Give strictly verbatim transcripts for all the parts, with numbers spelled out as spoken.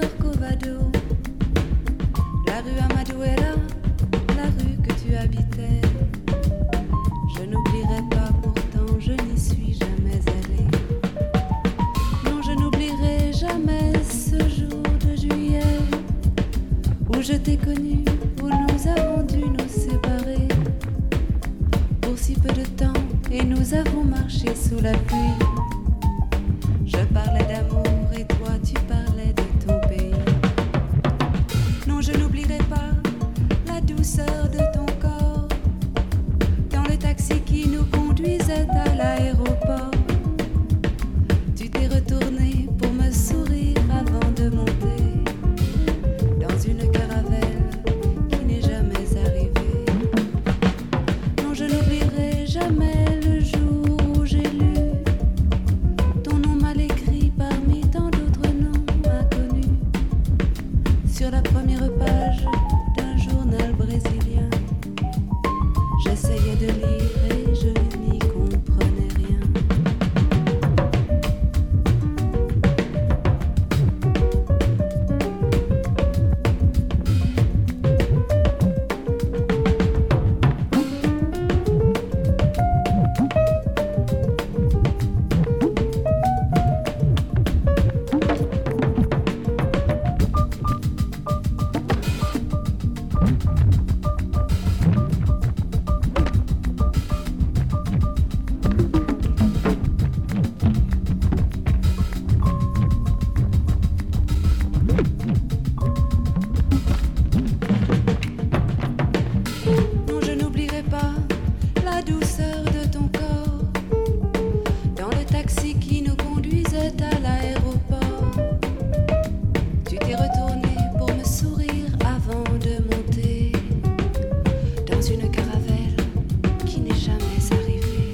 Corcovado, la rue Amadou est là, la rue que tu habitais. Je n'oublierai pas, pourtant je n'y suis jamais allée. Non, je n'oublierai jamais ce jour de juillet où je t'ai connu, où nous avons dû nous séparer pour si peu de temps et nous avons marché sous la pluie. Je parlais d'amour et toi tu parlais de ton pays. Non, je n'oublierai pas la douceur de ton corps dans le taxi qui nous conduisait à l'aéroport. Tu t'es retourné pour me sourire avant de monter dans une caravelle qui n'est jamais arrivée. Non, je n'oublierai jamais le jour où j'ai lu ton nom mal écrit parmi tant d'autres noms inconnus sur la première page d'un journal brésilien. J'essayais de lire et je n'y comprenais rien. Non, je n'oublierai pas la douceur de ton corps dans le taxi qui nous conduisait à l'aéroport. Tu t'es retourné pour me sourire avant de monter dans une caravelle qui n'est jamais arrivée.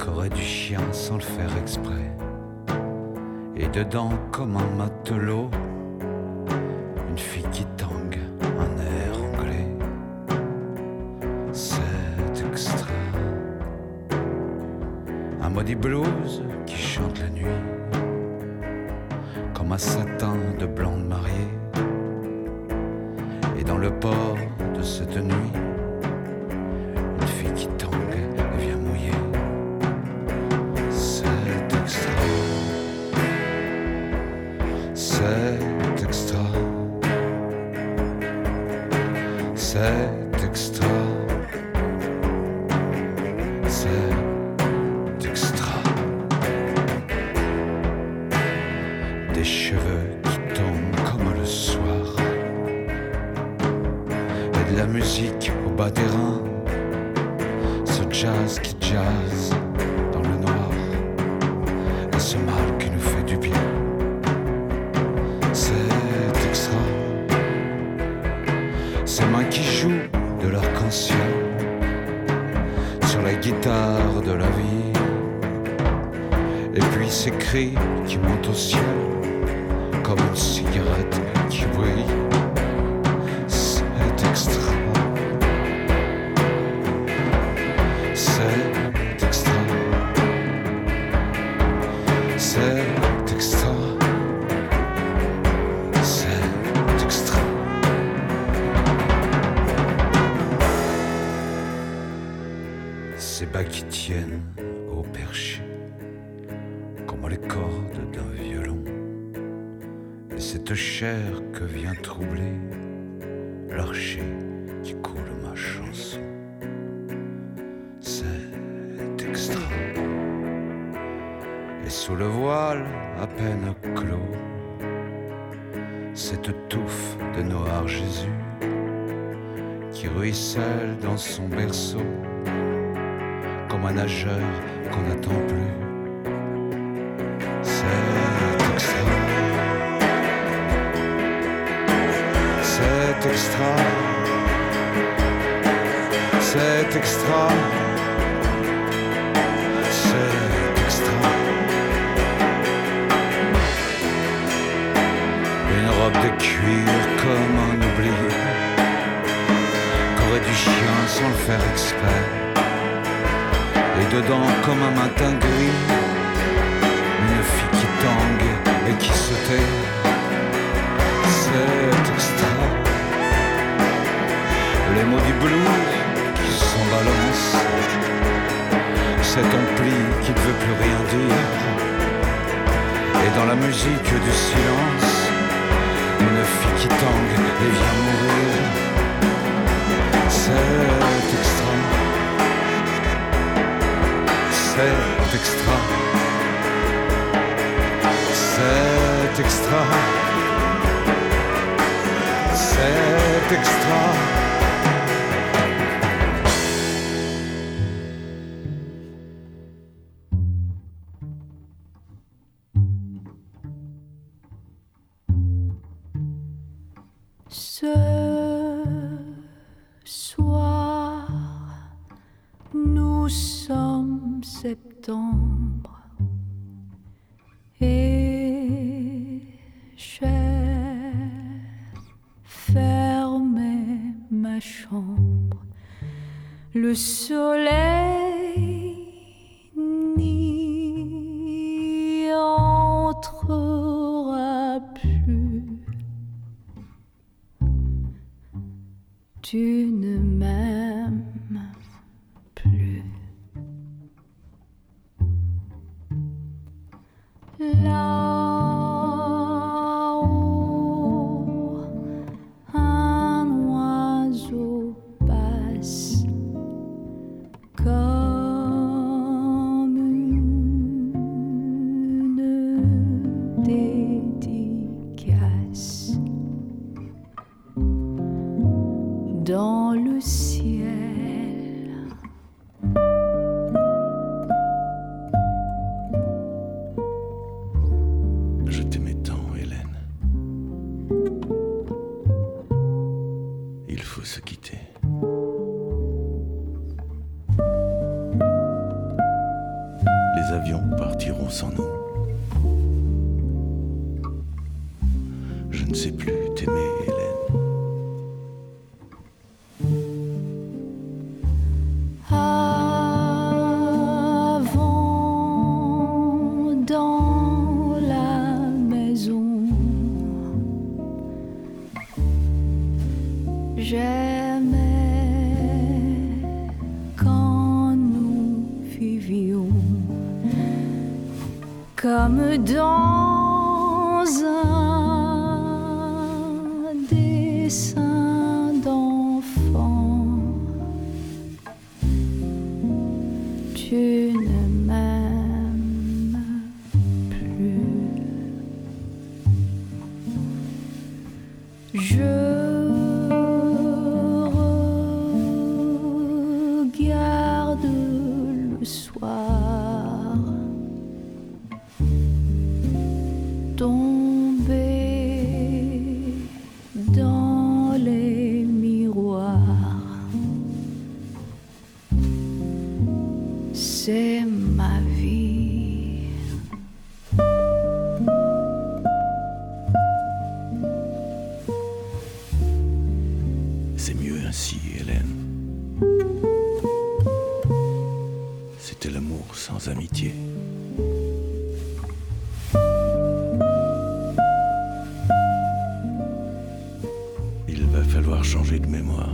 qu'aurait du chien sans le faire exprès. Et dedans, comme un matelot, une fille qui tangue un air anglais. C'est extra. Un maudit blues qui chante la nuit, comme un satin de blonde mariée. Et dans le port de cette nuit, une fille qui tangue et vient mouiller. C'est extra. C'est extra. C'est extra. C'est extra. Des cheveux qui tombent comme le soir, et de la musique au bas des reins, ce jazz qui jazz dans le noir, et ce mal qui nous fait du bien. C'est extra. Ces mains qui jouent de l'arc-en-ciel sur la guitare de la vie, et puis ces cris qui montent au ciel comme une cigarette qui brille. C'est extra. C'est extra. C'est extra. C'est extra. Ces bas qui tiennent au perché comme les cordes d'un violon, et cette chair que vient troubler l'archer qui coule ma chanson. C'est extra. Et sous le voile à peine clos, cette touffe de noir Jésus qui ruisselle dans son berceau comme un nageur qu'on n'attend plus. C'est extra. C'est extra. C'est extra. C'est extra. Une robe de cuir comme un oubli, qu'aurait du chien sans le faire exprès. Et dedans, comme un matin gris, une fille qui tangue et qui se tait. C'est extra. Les mots du blues qui s'en balancent, cet ampli qui ne veut plus rien dire. Et dans la musique du silence, une fille qui tangue et vient mourir. C'est extra. C'est extra. C'est extra. C'est extra. Ce soir, nous sommes septembre et j'ai fermé ma chambre. Le soleil n'y entrera plus. Tu ne m'aimes plus. Là-haut, un oiseau passe comme une dédicace dans le ciel. les avions partiront sans nous. Je ne sais plus t'aimer, Hélène. Avant, dans la maison, j'aimais quand nous vivions comme dans un dessin d'enfant. Tu ne m'aimes plus. Je regarde le soir tomber dans les miroirs. C'est ma vie. C'est mieux ainsi, Hélène. C'était l'amour sans amitié. Il va falloir changer de mémoire.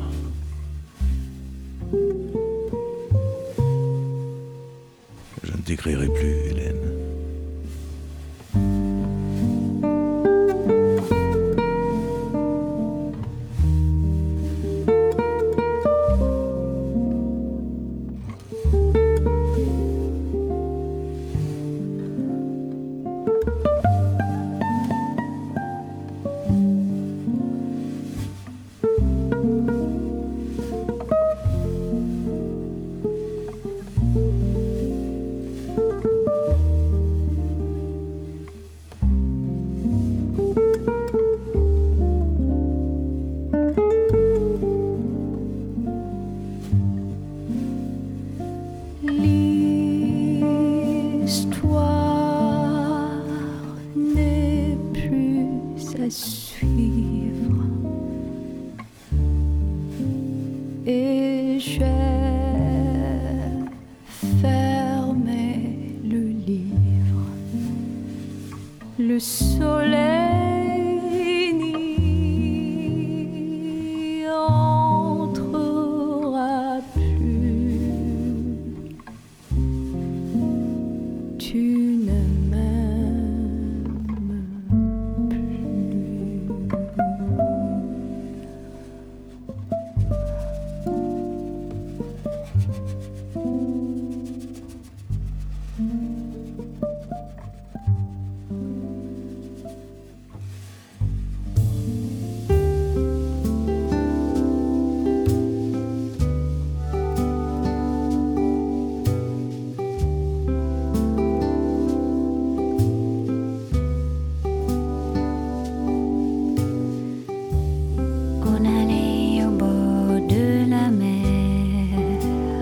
Je ne t'écrirai plus, Hélène. L'histoire n'est plus à suivre et j'ai fermé le livre. Le soleil n'y entrera plus. Tu ne m'aimes On allait au bord de la mer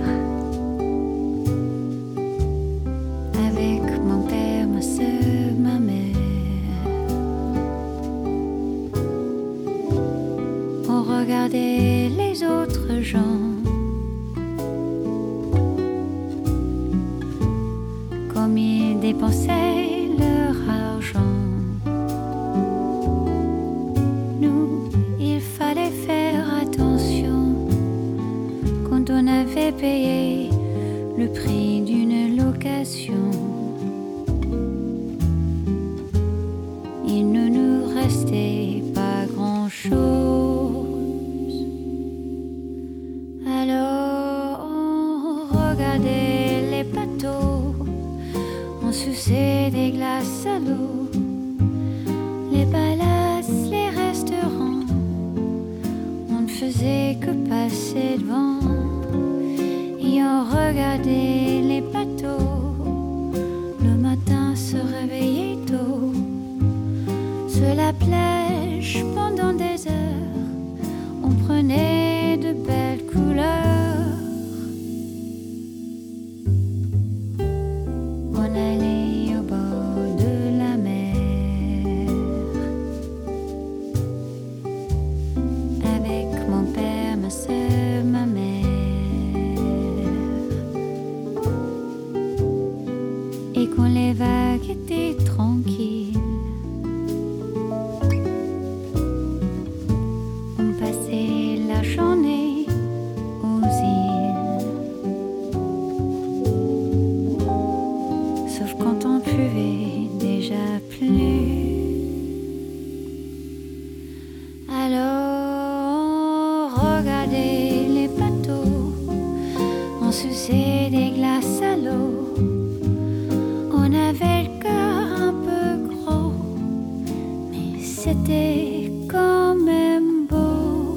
avec mon père, ma soeur, ma mère. On regardait les autres gens comme ils dépensaient leur argent. Nous, il fallait faire attention quand on avait payé le prix d'une location. Il ne nous restait pas grand-chose. Alors on regardait les bateaux, on suçait des glaces à l'eau, les palaces, les restaurants, on ne faisait que passer devant et on regardait les bateaux. Le matin se réveiller tôt, sur la plage pendant des heures, on prenait de belles couleurs. On et quand les vagues étaient tranquilles, on passait la journée aux îles. Sauf quand on pleuvait déjà plus. Alors on regardait les bateaux, on suçait des glaces à l'eau. On avait le cœur un peu gros, mais c'était quand même beau.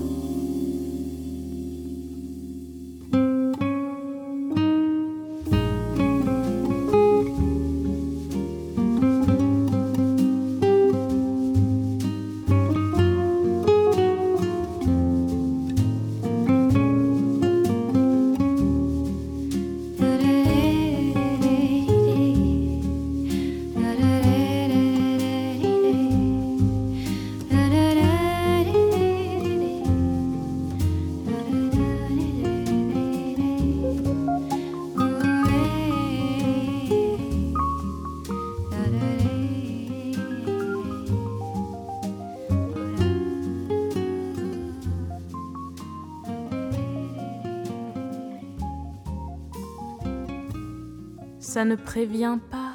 Ça ne prévient pas,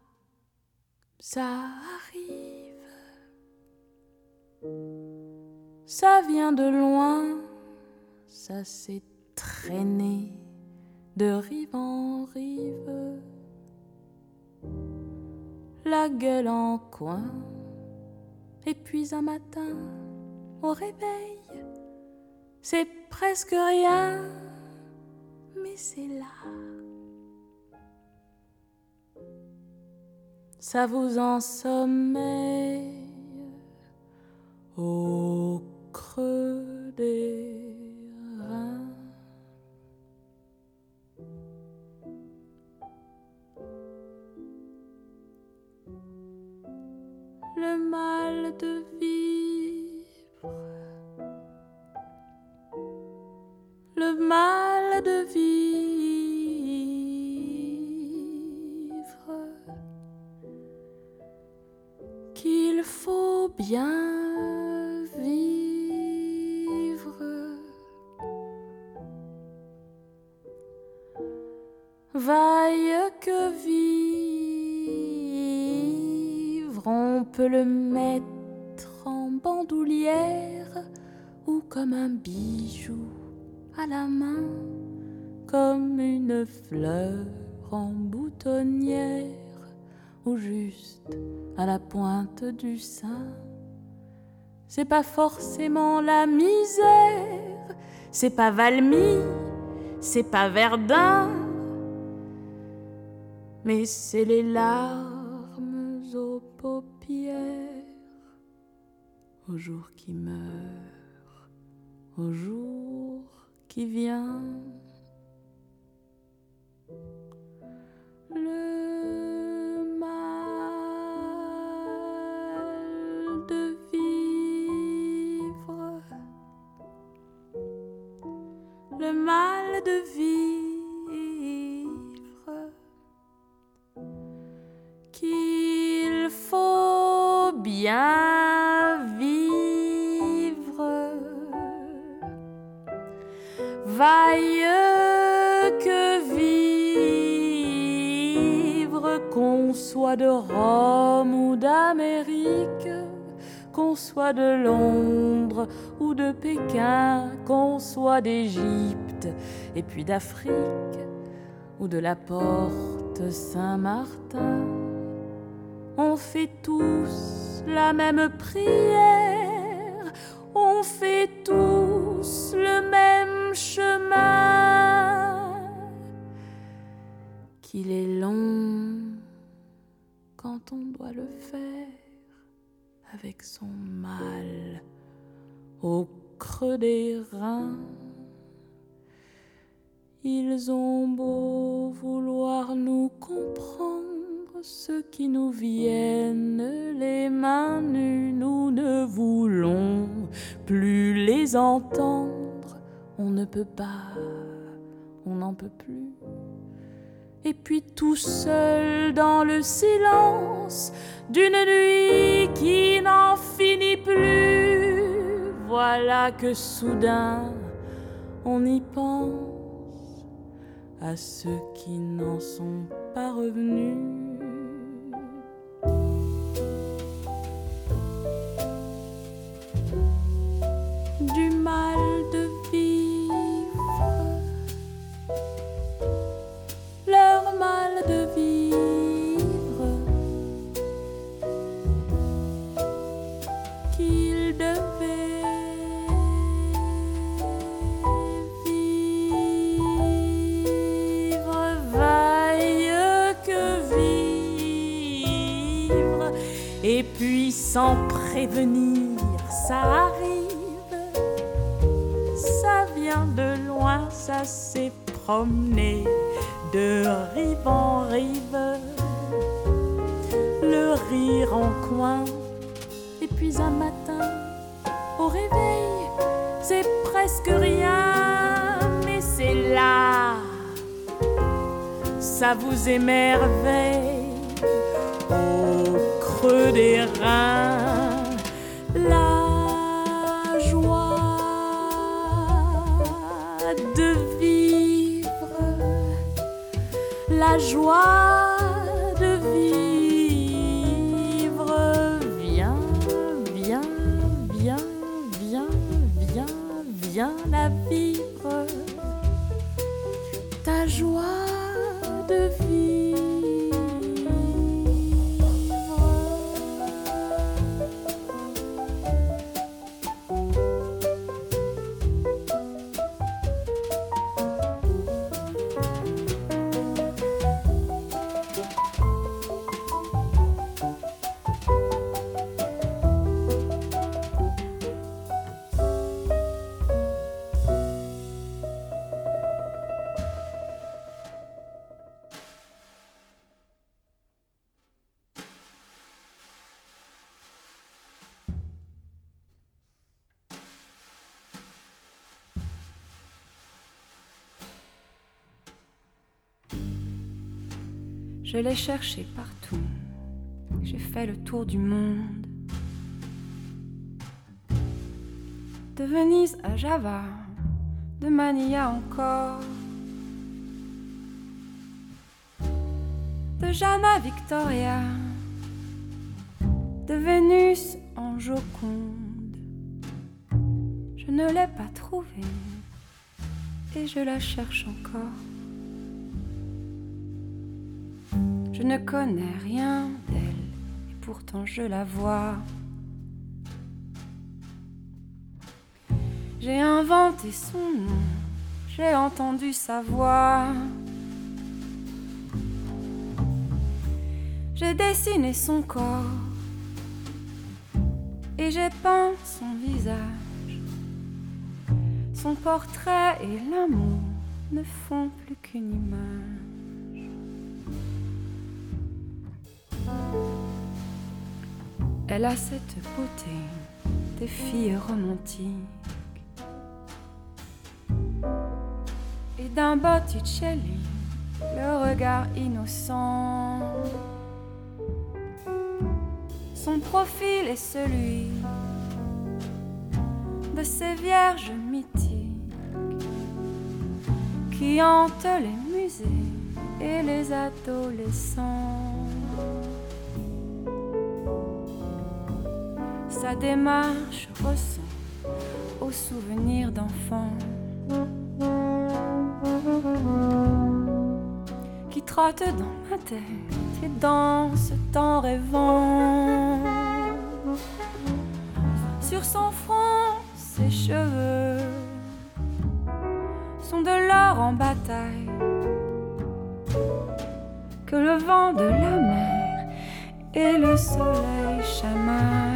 ça arrive. Ça vient de loin, ça s'est traîné de rive en rive. La gueule en coin, et puis un matin, au réveil, c'est presque rien, mais c'est là. Ça vous ensommeille au creux des reins. Le mal de vivre, le mal de vivre, qu'il faut bien vivre. Vaille que vivre, on peut le mettre en bandoulière ou comme un bijou à la main, comme une fleur en boutonnière, ou juste à la pointe du sein. C'est pas forcément la misère, c'est pas Valmy, c'est pas Verdun, mais c'est les larmes aux paupières, au jour qui meurt, au jour qui vient. Le mal de vivre, le mal de vivre, qu'il faut bien vivre. Vaille que vivre, qu'on soit de Rome ou d'Amérique, qu'on soit de Londres ou de Pékin, qu'on soit d'Égypte et puis d'Afrique ou de la porte Saint-Martin. On fait tous la même prière, on fait tous le même chemin. Qu'il est long quand on doit le faire avec son mal au creux des reins. Ils ont beau vouloir nous comprendre, ceux qui nous viennent les mains nues, nous ne voulons plus les entendre. On ne peut pas, on n'en peut plus. Et puis tout seul dans le silence d'une nuit qui n'en finit plus, voilà que soudain on y pense à ceux qui n'en sont pas revenus. Du mal de vivre, leur mal de vivre, qu'ils devaient vivre, vaille que vivre, et puis sans prévenir, ça arrive. Ça vient de loin, ça s'est promené de rive en rive, le rire en coin. Et puis un matin, au réveil, c'est presque rien, mais c'est là, ça vous émerveille au creux des reins. La de vivre, la joie de vivre, viens, viens, viens, viens, viens, viens la vivre, ta joie de vivre. Je l'ai cherché partout, j'ai fait le tour du monde. De Venise à Java, de Manilla encore, de Jeanne à Victoria, de Vénus en Joconde. Je ne l'ai pas trouvée et je la cherche encore. Je ne connais rien d'elle et pourtant je la vois. J'ai inventé son nom, j'ai entendu sa voix. J'ai dessiné son corps et j'ai peint son visage. Son portrait et l'amour ne font plus qu'une image. Elle a cette beauté des filles romantiques et d'un Botticelli, le regard innocent. Son profil est celui de ces vierges mythiques qui hantent les musées et les adolescents. Sa démarche ressemble aux souvenirs d'enfants qui trottent dans ma tête et dansent en rêvant. Sur son front, ses cheveux sont de l'or en bataille que le vent de la mer et le soleil chamaillent.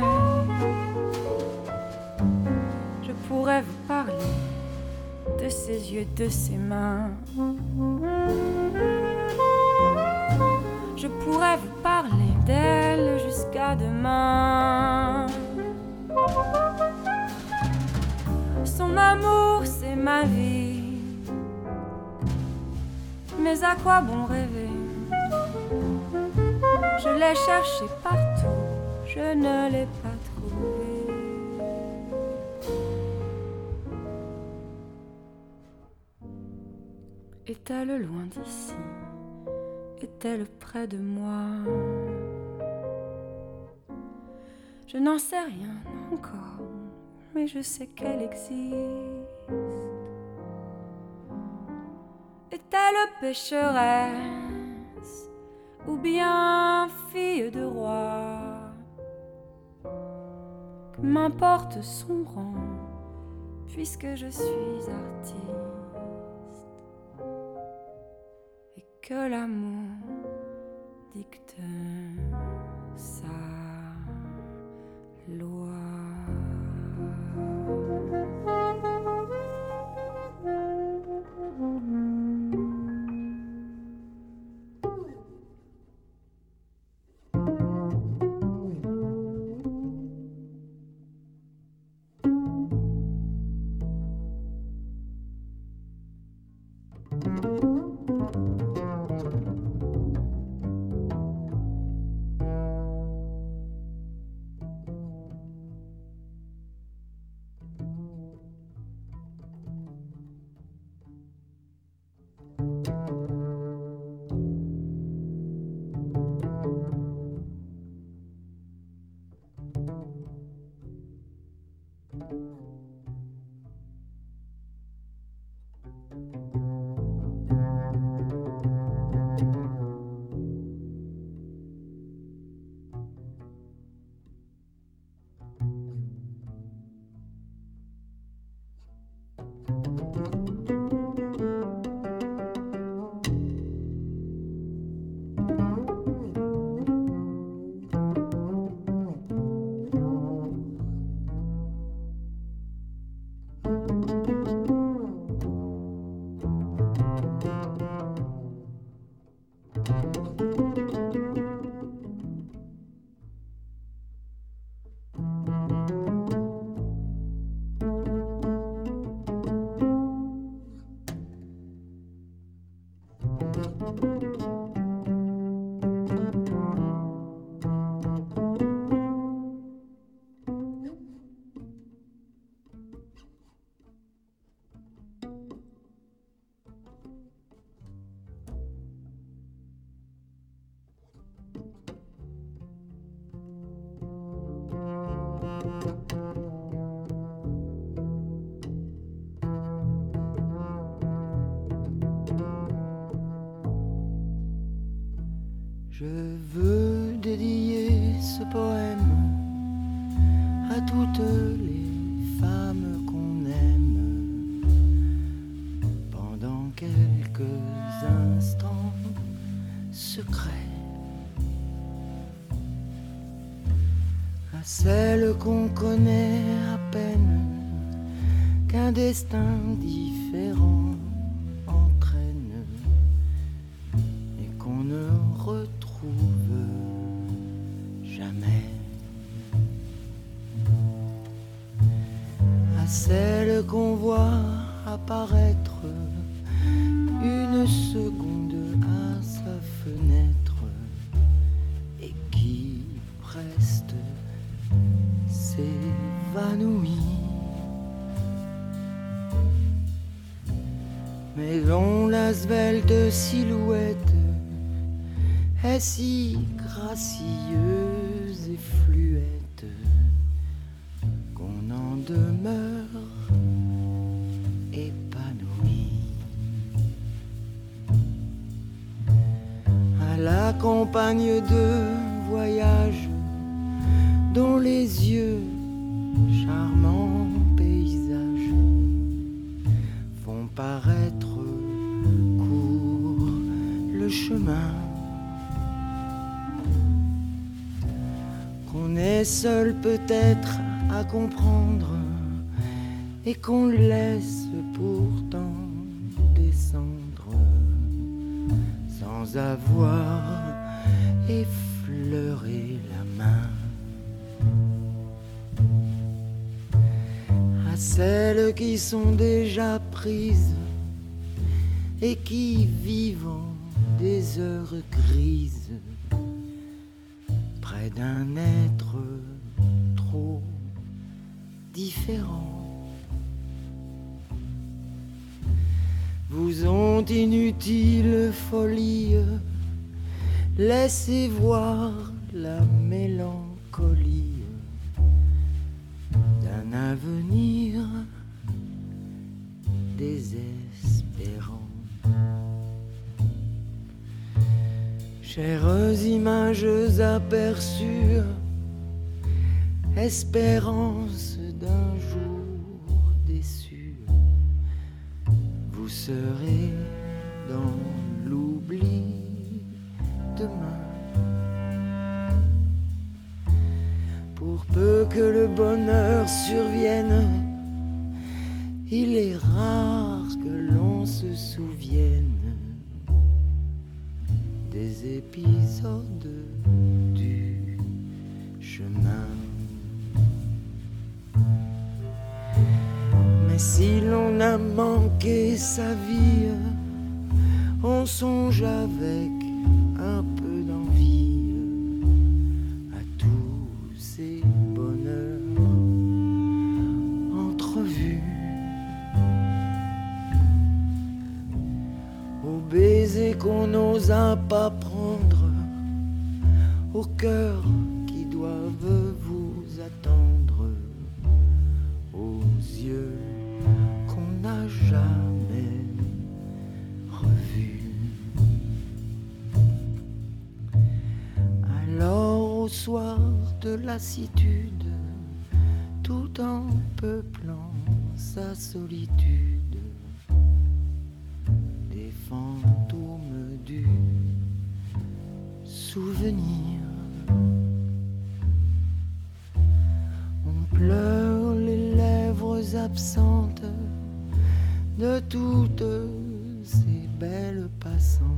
Je pourrais vous parler de ses yeux, de ses mains. Je pourrais vous parler d'elle jusqu'à demain. Son amour, c'est ma vie, Mais à quoi bon rêver? Je l'ai cherché partout, je ne l'ai pas trouvé. Est-elle loin d'ici? Est-elle près de moi? Je n'en sais rien encore, mais je sais qu'elle existe. Est-elle pécheresse ou bien fille de roi? Que m'importe son rang, puisque je suis artiste et que l'amour dicte sa loi. Je veux dédier ce poème à toutes les femmes qu'on aime pendant quelques instants secrets, à celles qu'on connaît à peine, qu'un destin différent entraîne et qu'on ne retrouve jamais, à celles qu'on voit apparaître une seconde à sa fenêtre et qui preste s'évanouit, mais dont la svelte silhouette est si gracieuse et fluette qu'on en demeure épanoui. À la campagne de voyage dont les yeux, charmants paysages, font paraître court le chemin, qu'on est seul peut-être à comprendre et qu'on laisse pourtant descendre sans avoir effleuré la main. À celles qui sont déjà prises et qui vivant des heures grises près d'un être trop différent vous ont inutile folie laissez voir la mélancolie d'un avenir désespérant. Chères images aperçues, espérance d'un jour déçu, vous serez dans l'oubli demain. Pour peu que le bonheur survienne, il est rare que l'on se souvienne des épisodes du chemin. Mais si l'on a manqué sa vie, on songe avec un peu d'envie à tous ces bonheurs entrevus, aux baisers qu'on n'osa pas prendre, aux cœurs qui doivent vous attendre, aux yeux qu'on n'a jamais revus. Alors au soir de lassitude, tout en peuplant sa solitude, des fantômes du souvenir, on pleure les lèvres absentes de toutes ces belles passantes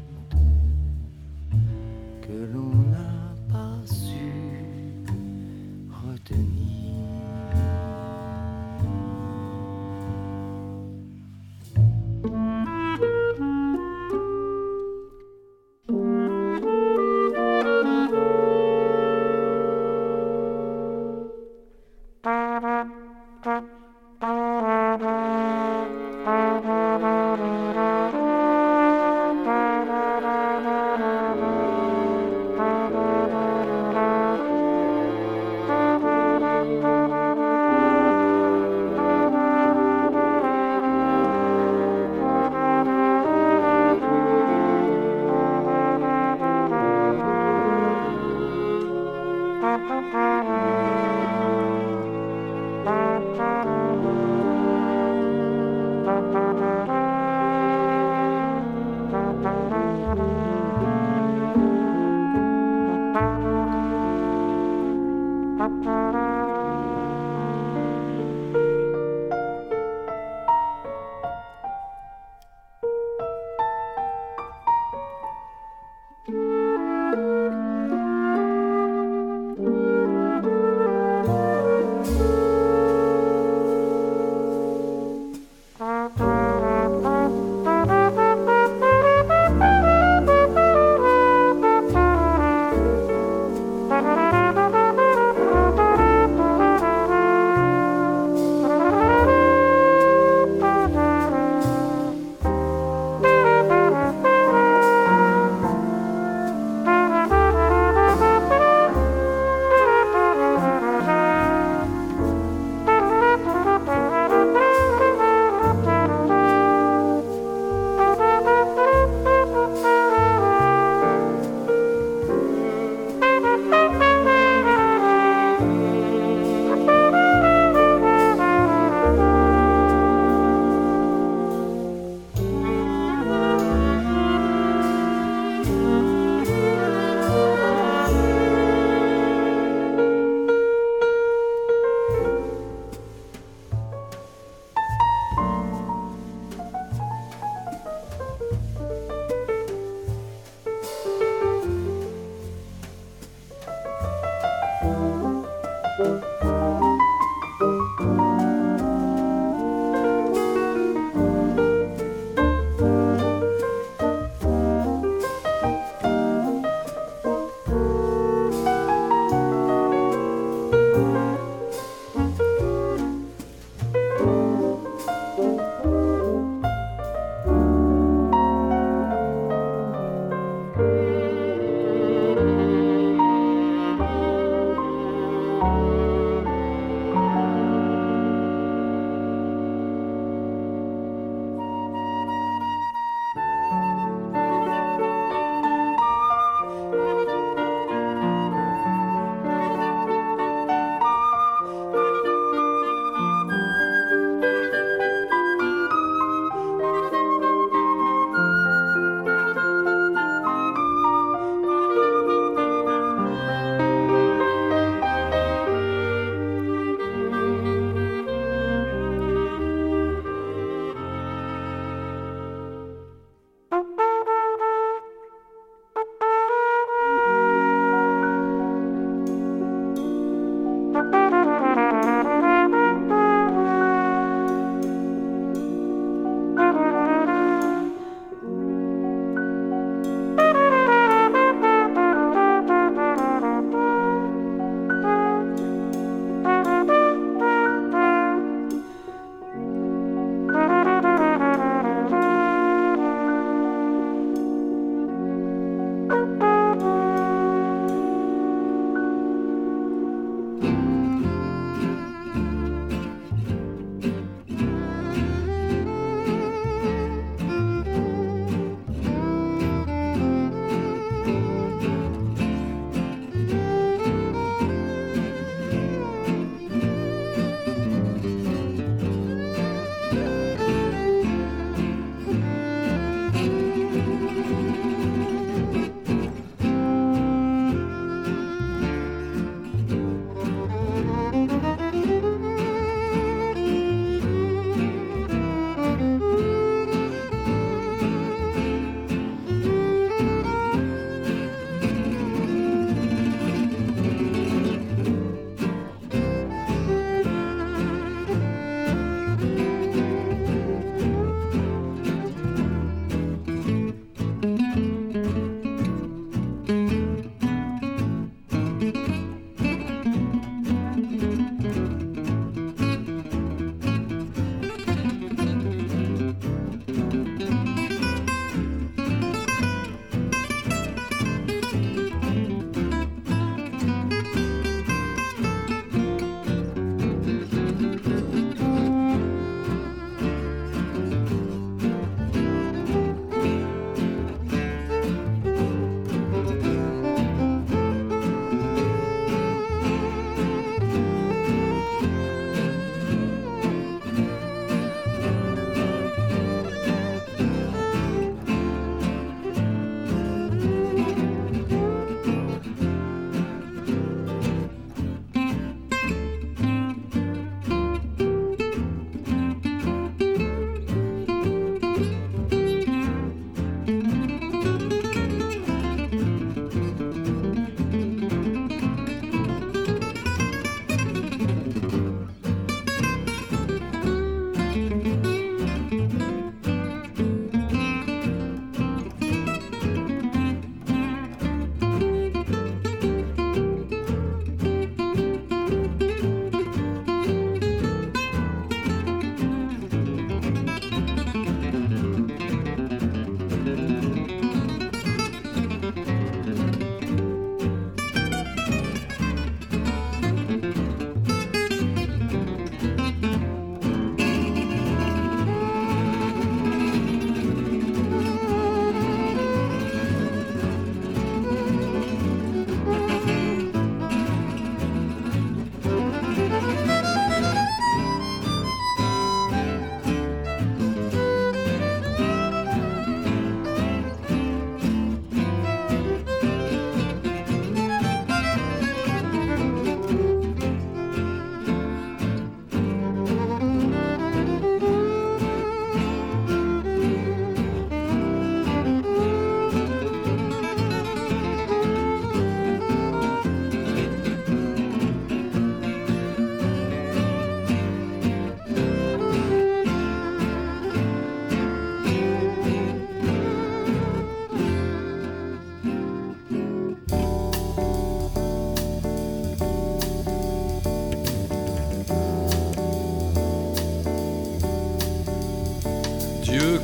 que l'on n'a pas su retenir.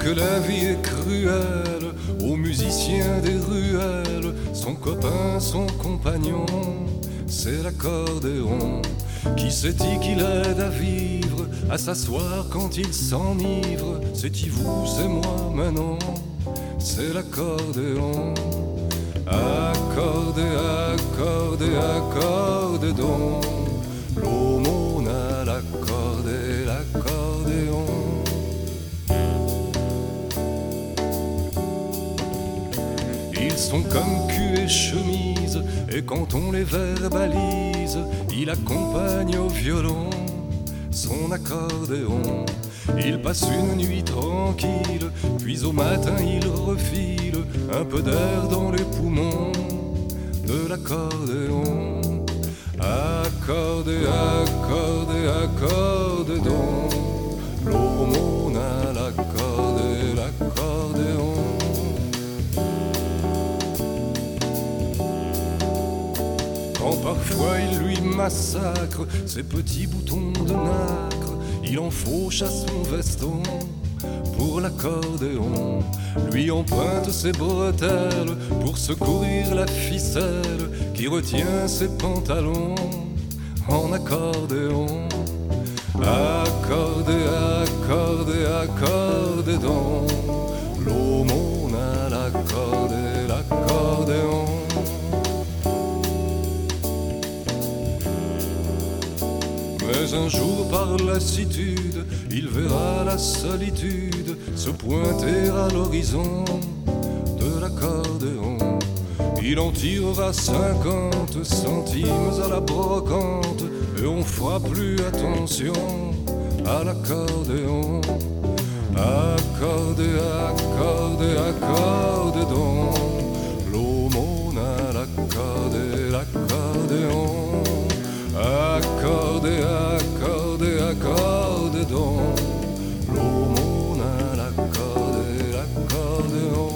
que la vie est cruelle, aux musiciens des ruelles, son copain, son compagnon, c'est l'accordéon qui se dit qu'il aide à vivre, à s'asseoir quand il s'enivre. C'est y vous, c'est moi, mais non, c'est l'accordéon. Accordé, accordé, accordé donc l'aumône à l'accordé, l'accordéon. Ils sont comme cul et chemise, et quand on les verbalise, il accompagne au violon son accordéon. Il passe une nuit tranquille, puis au matin il refile un peu d'air dans les poumons de l'accordéon. Accordé, accordé, accordé donc l'aumône à l'accordé, l'accordéon. Quand parfois il lui massacre ses petits boutons de nacre, il en fauche à son veston pour l'accordéon. Lui emprunte ses bretelles pour secourir la ficelle qui retient ses pantalons en accordéon. Accordé, accordé, accordé donc l'aumône à l'accordé, l'accordéon. Mais un jour par lassitude, il verra la solitude se pointer à l'horizon de l'accordéon. Il en tirera cinquante centimes à la brocante, et on fera plus attention à l'accordéon. Accordé, accordé, accordé donc l'aumône à l'accordé, l'accordéon. Accordé, accordé, accordé donc l'aumône à l'accordé, l'accordéon.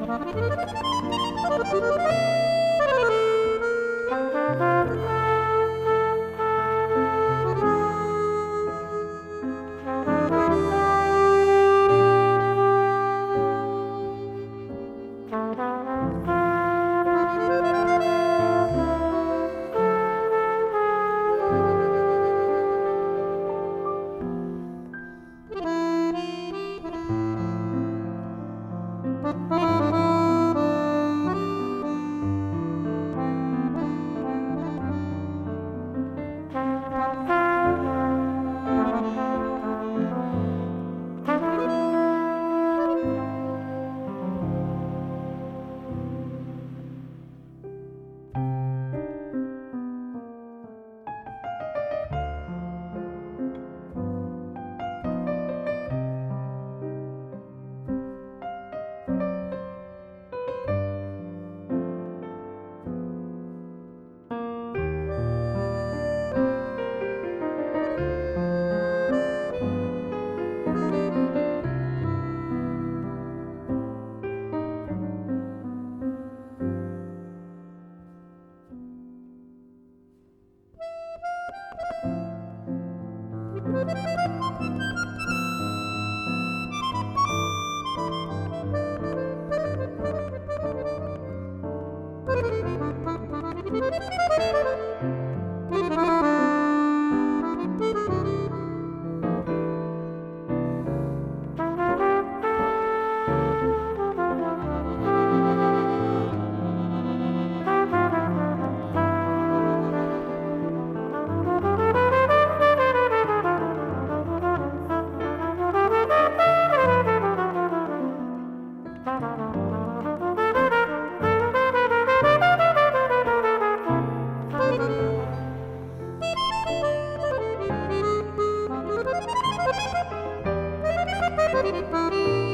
Thank you.